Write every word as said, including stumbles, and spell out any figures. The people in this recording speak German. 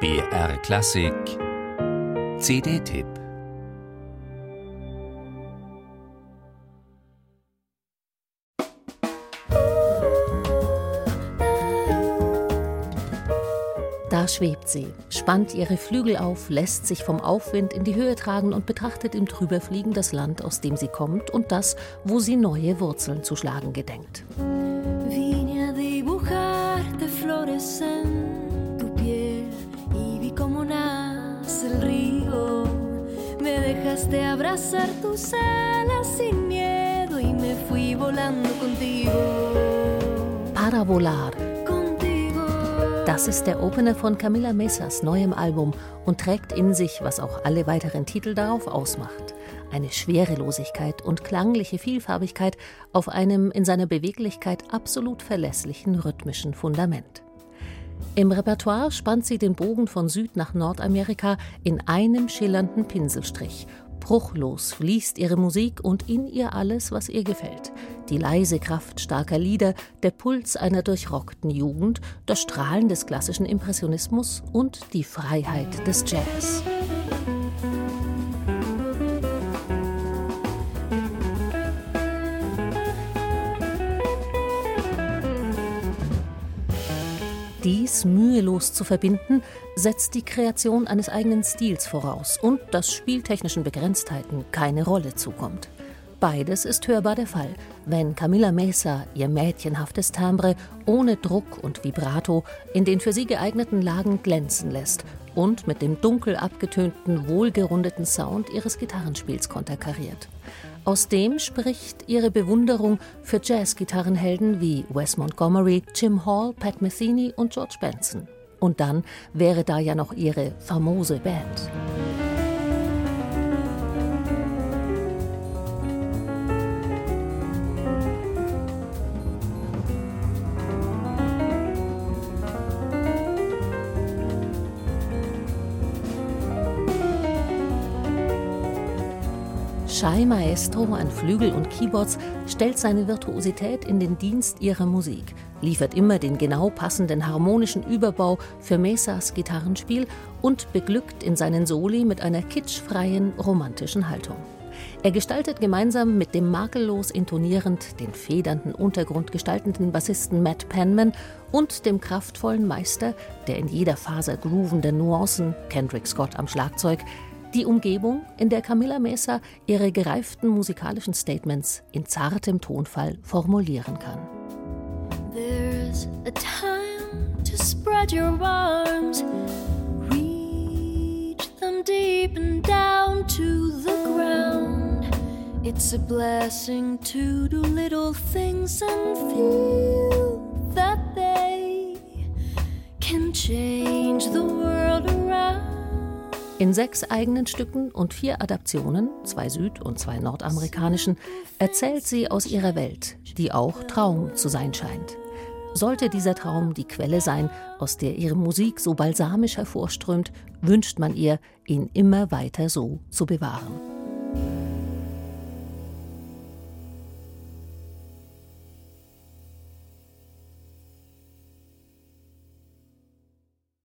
B R Klassik C D-Tipp. Da schwebt sie, spannt ihre Flügel auf, lässt sich vom Aufwind in die Höhe tragen und betrachtet im Drüberfliegen das Land, aus dem sie kommt und das, wo sie neue Wurzeln zu schlagen gedenkt. Vine a dibujarte flores en tu piel y vi cómo nace el río. Me dejaste abrazar tus alas sin miedo y me fui volando contigo. Para volar. Das ist der Opener von Camila Mesas neuem Album und trägt in sich, was auch alle weiteren Titel darauf ausmacht. Eine Schwerelosigkeit und klangliche Vielfarbigkeit auf einem in seiner Beweglichkeit absolut verlässlichen rhythmischen Fundament. Im Repertoire spannt sie den Bogen von Süd nach Nordamerika in einem schillernden Pinselstrich. Bruchlos fließt ihre Musik und in ihr alles, was ihr gefällt. Die leise Kraft starker Lieder, der Puls einer durchrockten Jugend, das Strahlen des klassischen Impressionismus und die Freiheit des Jazz. Dies mühelos zu verbinden, setzt die Kreation eines eigenen Stils voraus und dass spieltechnischen Begrenztheiten keine Rolle zukommt. Beides ist hörbar der Fall, wenn Camila Mesa ihr mädchenhaftes Timbre ohne Druck und Vibrato in den für sie geeigneten Lagen glänzen lässt und mit dem dunkel abgetönten, wohlgerundeten Sound ihres Gitarrenspiels konterkariert. Aus dem spricht ihre Bewunderung für Jazz-Gitarrenhelden wie Wes Montgomery, Jim Hall, Pat Metheny und George Benson. Und dann wäre da ja noch ihre famose Band. Shai Maestro an Flügel und Keyboards stellt seine Virtuosität in den Dienst ihrer Musik, liefert immer den genau passenden harmonischen Überbau für Mesas Gitarrenspiel und beglückt in seinen Soli mit einer kitschfreien, romantischen Haltung. Er gestaltet gemeinsam mit dem makellos intonierend den federnden Untergrund gestaltenden Bassisten Matt Penman und dem kraftvollen Meister der in jeder Faser groovenden Nuancen, Kendrick Scott am Schlagzeug, die Umgebung, in der Camila Mesa ihre gereiften musikalischen Statements in zartem Tonfall formulieren kann. There's a time to spread your arms, reach them deep and down to the ground. It's a blessing to do little things and feel that they can change the world around. In sechs eigenen Stücken und vier Adaptionen, zwei süd- und zwei nordamerikanischen, erzählt sie aus ihrer Welt, die auch Traum zu sein scheint. Sollte dieser Traum die Quelle sein, aus der ihre Musik so balsamisch hervorströmt, wünscht man ihr, ihn immer weiter so zu bewahren.